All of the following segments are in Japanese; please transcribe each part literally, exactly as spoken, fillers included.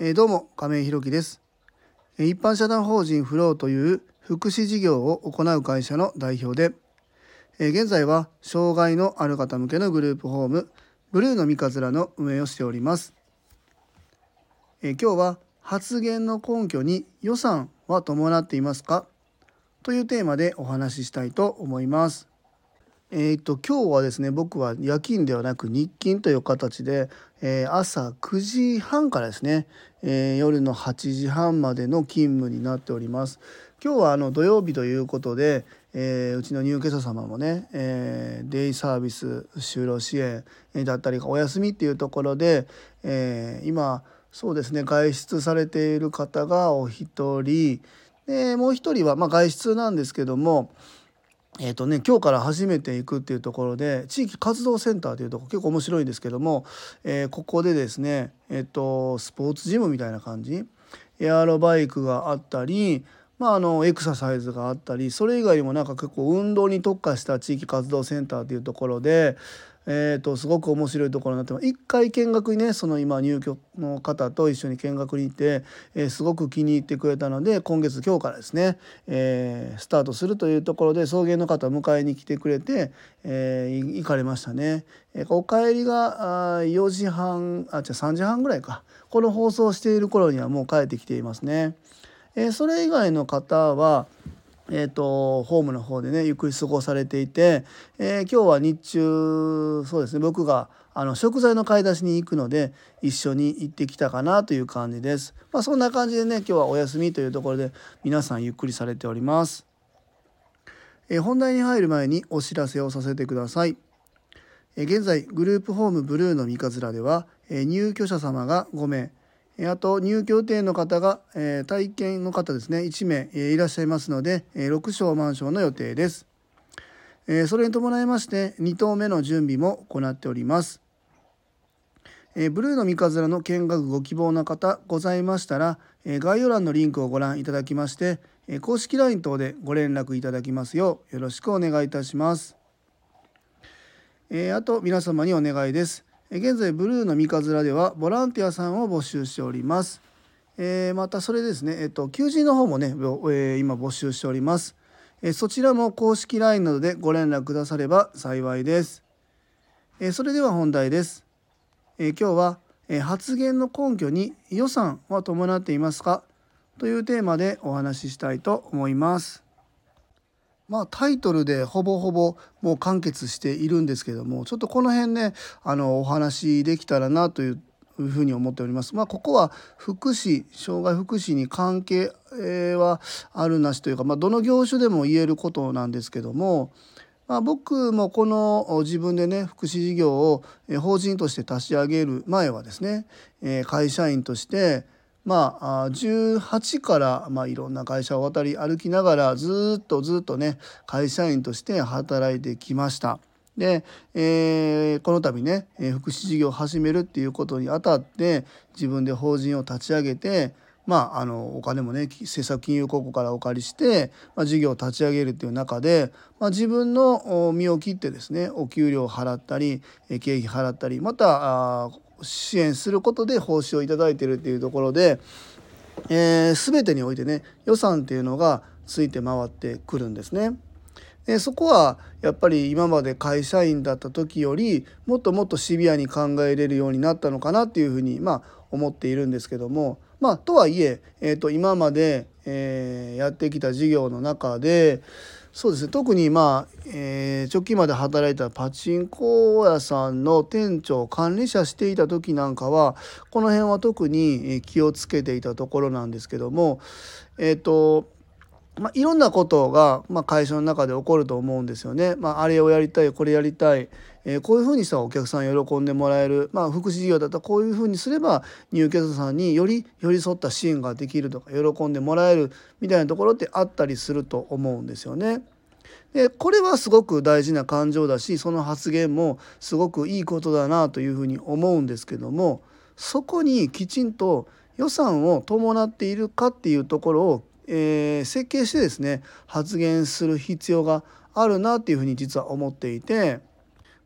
えーどうも亀井ひろきです。えー一般社団法人フローという福祉事業を行う会社の代表で、えー現在は障害のある方向けのグループホームブルーの三日面の運営をしております。えー今日は発言の根拠に予算は伴っていますかというテーマでお話ししたいと思います。えー、と今日はですね、僕は夜勤ではなく日勤という形で、えー朝くじはんからですね、えー夜のはちじはんまでの勤務になっております。今日はあの土曜日ということで、えーうちの入居者様もね、えーデイサービス就労支援だったりお休みっていうところで、えー今そうですね、外出されている方がお一人で、もう一人はまあ外出なんですけども、えーとね、今日から初めて行くっていうところで地域活動センターというところ結構面白いんですけども、えーここでですね、えーとスポーツジムみたいな感じ、エアロバイクがあったり、まあ、あのエクササイズがあったり、それ以外にもなんか結構運動に特化した地域活動センターというところで、えーとすごく面白いところになってます。一回見学にね、その今入居の方と一緒に見学に行って、えーすごく気に入ってくれたので、今月今日からですね、えースタートするというところで送迎の方迎えに来てくれて、えー行かれましたね。えーお帰りがあーよじはんあじゃあさんじはんぐらいか、この放送している頃にはもう帰ってきていますね。えーそれ以外の方はえー、とホームの方でねゆっくり過ごされていて、えー今日は日中そうですね、僕があの食材の買い出しに行くので一緒に行ってきたかなという感じです。まあ、そんな感じでね、今日はお休みというところで皆さんゆっくりされております。えー本題に入る前にお知らせをさせてください。えー現在グループホームブルーの三日面では、えー入居者様がごめい、えーあと入居予定の方が、えー体験の方ですねいちめい、えーいらっしゃいますので、えーろくしょうマンションの予定です。えーそれに伴いましてに棟目の準備も行っております。えーブルーの三日面の見学ご希望の方ございましたら、えー概要欄のリンクをご覧いただきまして、えー公式 ライン 等でご連絡いただきますようよろしくお願いいたします。えーあと皆様にお願いです。えー現在ブルーの三日面ではボランティアさんを募集しております。えーまたそれですね、えっと求人の方もね、ぼえー今募集しております。えーそちらも公式 ライン などでご連絡くだされば幸いです。えーそれでは本題です。えー今日は、えー発言の根拠に予算は伴っていますかというテーマでお話ししたいと思います。まあ、タイトルでほぼほぼもう完結しているんですけども、ちょっとこの辺ね、あのお話できたらなというふうに思っております。まあ、ここは福祉障害福祉に関係えーはあるなしというか、まあ、どの業種でも言えることなんですけども、まあ、僕もこの自分でね福祉事業をえー法人として立ち上げる前はですね、えー会社員としてまああじゅうはちからまあいろんな会社を渡り歩きながらずっとずっとね会社員として働いてきました。で、えーこの度ねえー福祉事業を始めるっていうことにあたって自分で法人を立ち上げて、まあ、あのお金もね政策金融公庫からお借りして、まあ、事業を立ち上げるっていう中で、まあ、自分のお身を切ってですねお給料を払ったりえー経費払ったり、またあー支援することで報酬をいただいているっていうところで、えー、全てにおいてね予算っていうのがついて回ってくるんですね。でそこはやっぱり今まで会社員だった時よりもっともっとシビアに考えれるようになったのかなっていうふうにまあ思っているんですけども、まあとはいええー、と今まで、えーやってきた事業の中でそうですね、特にまあ、えー直近まで働いたパチンコ屋さんの店長管理者していた時なんかはこの辺は特にえー気をつけていたところなんですけども、えっ、とまあ、いろんなことが、まあ、会社の中で起こると思うんですよね。まあ、あれをやりたいこれやりたい、えーこういうふうにしたらお客さん喜んでもらえる、まあ、福祉事業だったらこういうふうにすれば入居者さんにより寄り添った支援ができるとか喜んでもらえるみたいなところってあったりすると思うんですよね。でこれはすごく大事な感情だし、その発言もすごくいいことだなというふうに思うんですけども、そこにきちんと予算を伴っているかっていうところを、えー設計してですね発言する必要があるなっていうふうに実は思っていて、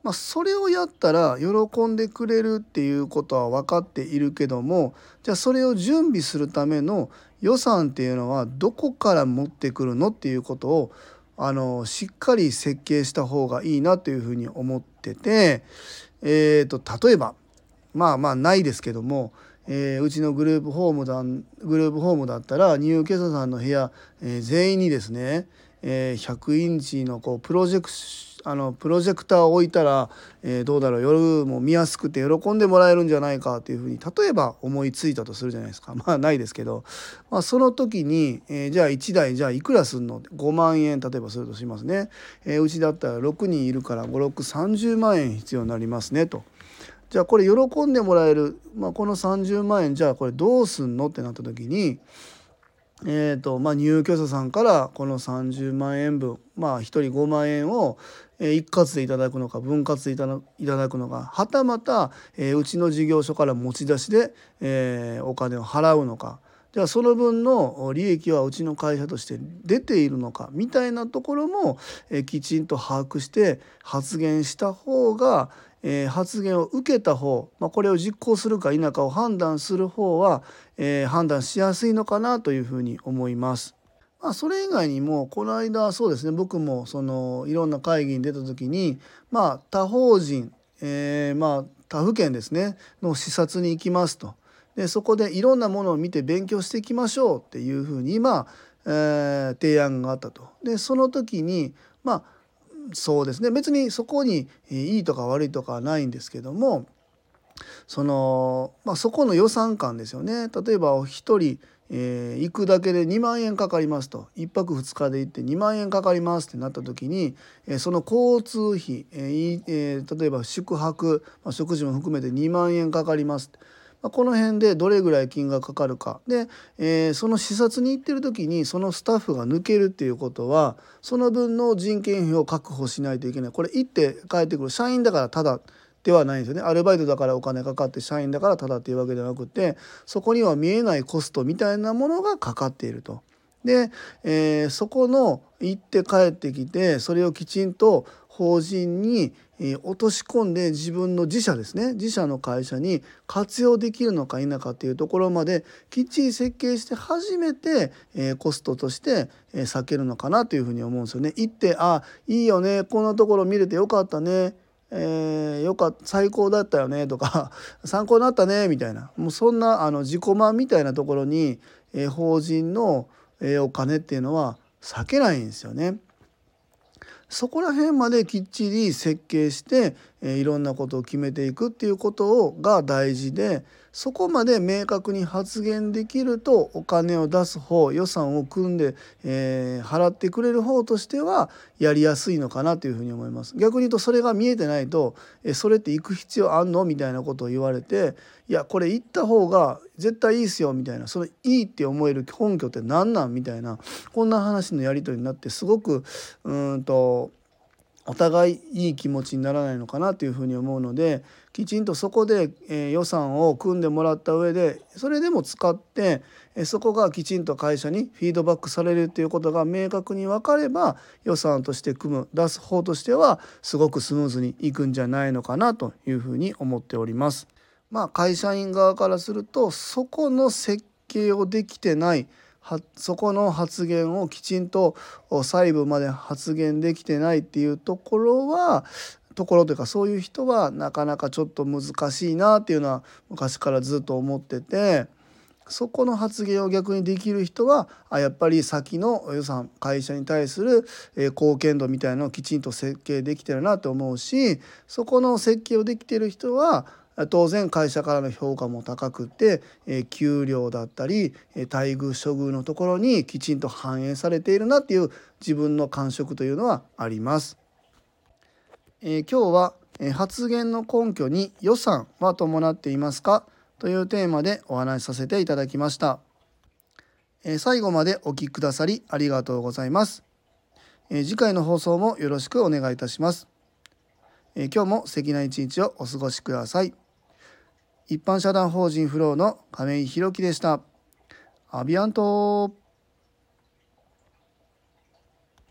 まあ、それをやったら喜んでくれるっていうことは分かっているけども、じゃあそれを準備するための予算っていうのはどこから持ってくるのっていうことをあのしっかり設計した方がいいなというふうに思ってて、えーと例えばまあまあないですけども、えーうちのグループホームだグループホームだったら入居者さんの部屋、えー全員にですね、えーひゃくインチのこうプロジェクあのプロジェクターを置いたら、えーどうだろう、夜も見やすくて喜んでもらえるんじゃないかというふうに例えば思いついたとするじゃないですか。まあないですけど、まあ、その時に、えーじゃあいちだいじゃあいくらするのごまんえん例えばするとしますね。えーうちだったらろくにんいるからご、ろく、さんじゅうまんえん必要になりますねと。じゃあこれ喜んでもらえる、まあ、このさんじゅうまんえんじゃあこれどうすんのってなった時に、えーとまあ、入居者さんからこのさんじゅうまんえんぶん、まあ、ひとりごまんえんをえー一括でいただくのか分割でいただいただくのか、はたまた、えーうちの事業所から持ち出しで、えーお金を払うのか、じゃあその分の利益はうちの会社として出ているのかみたいなところも、えーきちんと把握して発言した方が、えー発言を受けた方、まあ、これを実行するか否かを判断する方は、えー判断しやすいのかなというふうに思います。まあ、それ以外にもこの間そうですね、僕もそのいろんな会議に出た時に、まあ、他法人、えーまあ他府県ですねの視察に行きますと。でそこでいろんなものを見て勉強していきましょうっていうふうに、まあえー提案があったと。でその時にまあそうですね、別にそこにいいとか悪いとかはないんですけども、その、まあ、そこの予算感ですよね。例えばお一人、えー行くだけでにまんえんかかりますと、いっぱくふつかで行ってにまんえんかかりますってなった時に、えーその交通費、えーいえー例えば宿泊、まあ、食事も含めてにまんえんかかります。まあ、この辺でどれぐらい金額かかるかで、えーその視察に行ってる時にそのスタッフが抜けるっていうことはその分の人件費を確保しないといけない。これ行って帰ってくる社員だからただではないんですよね。アルバイトだからお金かかって社員だからただっていうわけではなくて、そこには見えないコストみたいなものがかかっていると。で、えーそこの行って帰ってきてそれをきちんと法人にえー落とし込んで自分の自社ですね、自社の会社に活用できるのか否かっていうところまできっちり設計して初めて、えーコストとしてえー避けるのかなというふうに思うんですよね。行ってあいいよね、こんなところ見れてよかったね、えー、よかった最高だったよねとか参考になったねみたいな、もうそんなあの自己満みたいなところに、えー法人の、えーお金っていうのは避けないんですよね。そこら辺まできっちり設計して、えーいろんなことを決めていくっていうことをが大事で、そこまで明確に発言できるとお金を出す方、予算を組んで、えー払ってくれる方としてはやりやすいのかなというふうに思います。逆に言うとそれが見えてないと「えそれって行く必要あんの?」みたいなことを言われて「いやこれ行った方が絶対いいっすよ」みたいな、そのいいって思える根拠って何なんみたいな、こんな話のやり取りになってすごくうーんとお互いいい気持ちにならないのかなというふうに思うので、きちんとそこで、えー予算を組んでもらった上でそれでも使って、えーそこがきちんと会社にフィードバックされるっていうことが明確に分かれば、予算として組む出す方としてはすごくスムーズにいくんじゃないのかなというふうに思っております。まあ会社員側からするとそこの設計をできてない、はそこの発言をきちんと細部まで発言できてないっていうところはところというか、そういう人はなかなかちょっと難しいなっていうのは昔からずっと思ってて、そこの発言を逆にできる人はあやっぱり先の予算会社に対するえー貢献度みたいなのをきちんと設計できてるなと思うし、そこの設計をできてる人は当然会社からの評価も高くて、えー給料だったりえー待遇処遇のところにきちんと反映されているなっていう自分の感触というのはあります。えー今日はえー発言の根拠に予算は伴っていますかというテーマでお話しさせていただきました。えー最後までお聞きくださりありがとうございます。えー次回の放送もよろしくお願いいたします。えー今日も素敵な一日をお過ごしください。一般社団法人フローの亀井宏樹でした。アビアント。